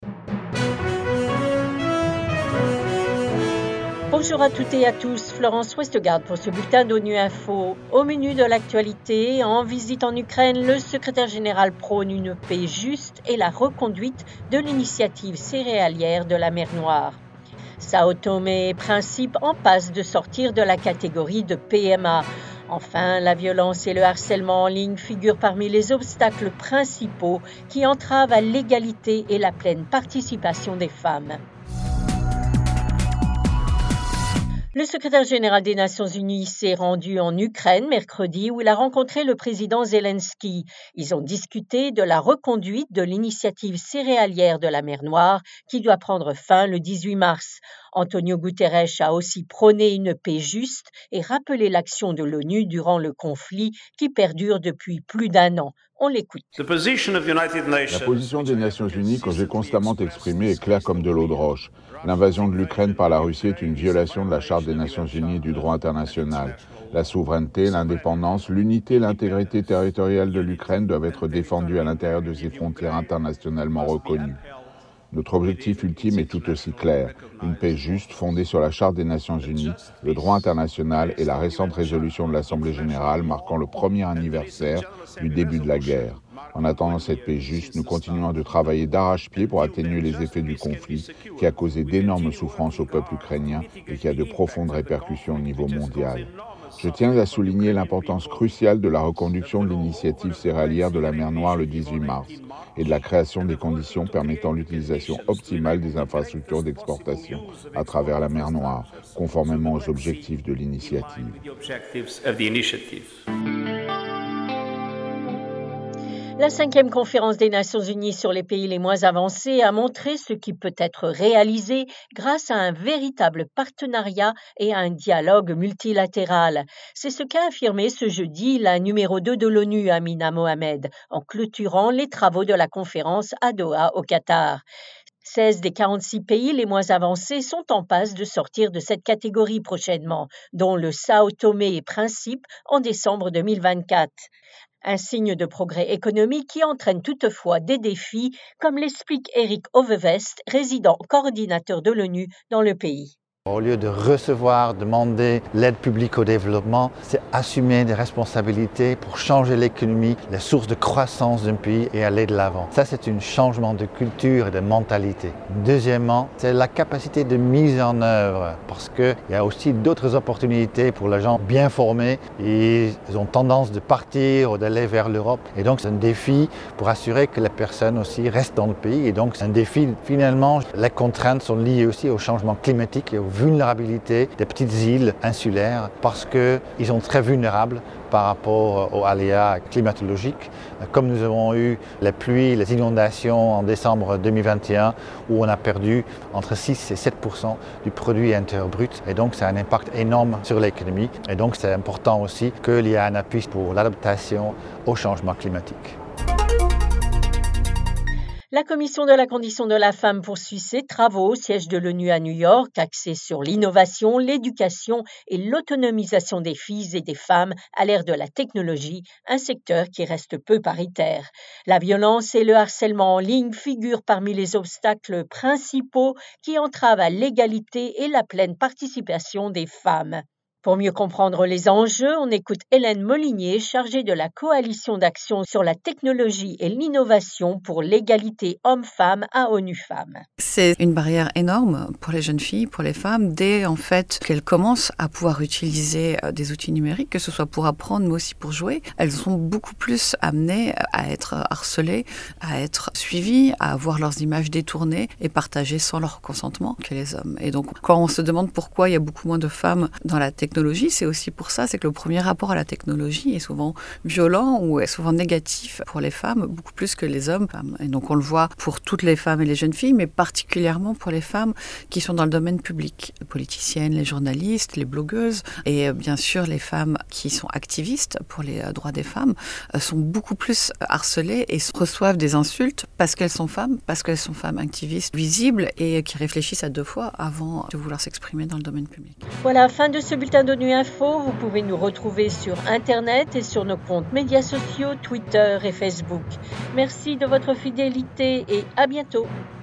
Bonjour à toutes et à tous, Florence Westgard pour ce bulletin d'ONU Info. Au menu de l'actualité, en visite en Ukraine, le secrétaire général prône une paix juste et la reconduite de l'initiative céréalière de la mer Noire. Sao Tomé et Principe en passe de sortir de la catégorie de PMA. Enfin, la violence et le harcèlement en ligne figurent parmi les obstacles principaux qui entravent à l'égalité et la pleine participation des femmes. Le secrétaire général des Nations Unies s'est rendu en Ukraine mercredi où il a rencontré le président Zelensky. Ils ont discuté de la reconduite de l'initiative céréalière de la mer Noire qui doit prendre fin le 18 mars. Antonio Guterres a aussi prôné une paix juste et rappelé l'action de l'ONU durant le conflit qui perdure depuis plus d'1 an. On l'écoute. La position des Nations Unies que j'ai constamment exprimée est claire comme de l'eau de roche. L'invasion de l'Ukraine par la Russie est une violation de la Charte des Nations Unies et du droit international. La souveraineté, l'indépendance, l'unité et l'intégrité territoriale de l'Ukraine doivent être défendues à l'intérieur de ses frontières internationalement reconnues. Notre objectif ultime est tout aussi clair, une paix juste fondée sur la Charte des Nations Unies, le droit international et la récente résolution de l'Assemblée générale marquant le premier anniversaire du début de la guerre. En attendant cette paix juste, nous continuons de travailler d'arrache-pied pour atténuer les effets du conflit qui a causé d'énormes souffrances au peuple ukrainien et qui a de profondes répercussions au niveau mondial. Je tiens à souligner l'importance cruciale de la reconduction de l'initiative céréalière de la mer Noire le 18 mars et de la création des conditions permettant l'utilisation optimale des infrastructures d'exportation à travers la mer Noire, conformément aux objectifs de l'initiative. La 5e conférence des Nations Unies sur les pays les moins avancés a montré ce qui peut être réalisé grâce à un véritable partenariat et à un dialogue multilatéral. C'est ce qu'a affirmé ce jeudi la numéro 2 de l'ONU, Amina Mohamed, en clôturant les travaux de la conférence à Doha, au Qatar. 16 des 46 pays les moins avancés sont en passe de sortir de cette catégorie prochainement, dont le Sao Tomé et Principe en décembre 2024. Un signe de progrès économique qui entraîne toutefois des défis, comme l'explique Eric Ovevest, résident coordinateur de l'ONU dans le pays. Au lieu de recevoir, demander l'aide publique au développement, c'est assumer des responsabilités pour changer l'économie, les sources de croissance d'un pays et aller de l'avant. Ça, c'est un changement de culture et de mentalité. Deuxièmement, c'est la capacité de mise en œuvre, parce qu'il y a aussi d'autres opportunités pour les gens bien formés et ils ont tendance de partir ou d'aller vers l'Europe. Et donc, c'est un défi pour assurer que les personnes aussi restent dans le pays. Et donc, c'est un défi, finalement, les contraintes sont liées aussi au changement climatique et aux vulnérabilité des petites îles insulaires parce qu'ils sont très vulnérables par rapport aux aléas climatologiques. Comme nous avons eu les pluies, les inondations en décembre 2021 où on a perdu entre 6 et 7% du produit intérieur brut. Et donc, c'est un impact énorme sur l'économie. Et donc, c'est important aussi qu'il y ait un appui pour l'adaptation au changement climatique. La Commission de la condition de la femme poursuit ses travaux au siège de l'ONU à New York, axés sur l'innovation, l'éducation et l'autonomisation des filles et des femmes à l'ère de la technologie, un secteur qui reste peu paritaire. La violence et le harcèlement en ligne figurent parmi les obstacles principaux qui entravent à l'égalité et la pleine participation des femmes. Pour mieux comprendre les enjeux, on écoute Hélène Molinier, chargée de la Coalition d'action sur la technologie et l'innovation pour l'égalité hommes-femmes à ONU Femmes. C'est une barrière énorme pour les jeunes filles, pour les femmes, dès en fait qu'elles commencent à pouvoir utiliser des outils numériques, que ce soit pour apprendre, mais aussi pour jouer. Elles sont beaucoup plus amenées à être harcelées, à être suivies, à avoir leurs images détournées et partagées sans leur consentement que les hommes. Et donc, quand on se demande pourquoi il y a beaucoup moins de femmes dans la technologie, c'est aussi pour ça, c'est que le premier rapport à la technologie est souvent violent ou est souvent négatif pour les femmes, beaucoup plus que les hommes. Et donc on le voit pour toutes les femmes et les jeunes filles, mais particulièrement pour les femmes qui sont dans le domaine public, les politiciennes, les journalistes, les blogueuses et bien sûr les femmes qui sont activistes pour les droits des femmes sont beaucoup plus harcelées et reçoivent des insultes parce qu'elles sont femmes activistes visibles et qui réfléchissent à 2 fois avant de vouloir s'exprimer dans le domaine public. Voilà, fin de ce bulletin d'ONU Info. Vous pouvez nous retrouver sur Internet et sur nos comptes médias sociaux, Twitter et Facebook. Merci de votre fidélité et à bientôt.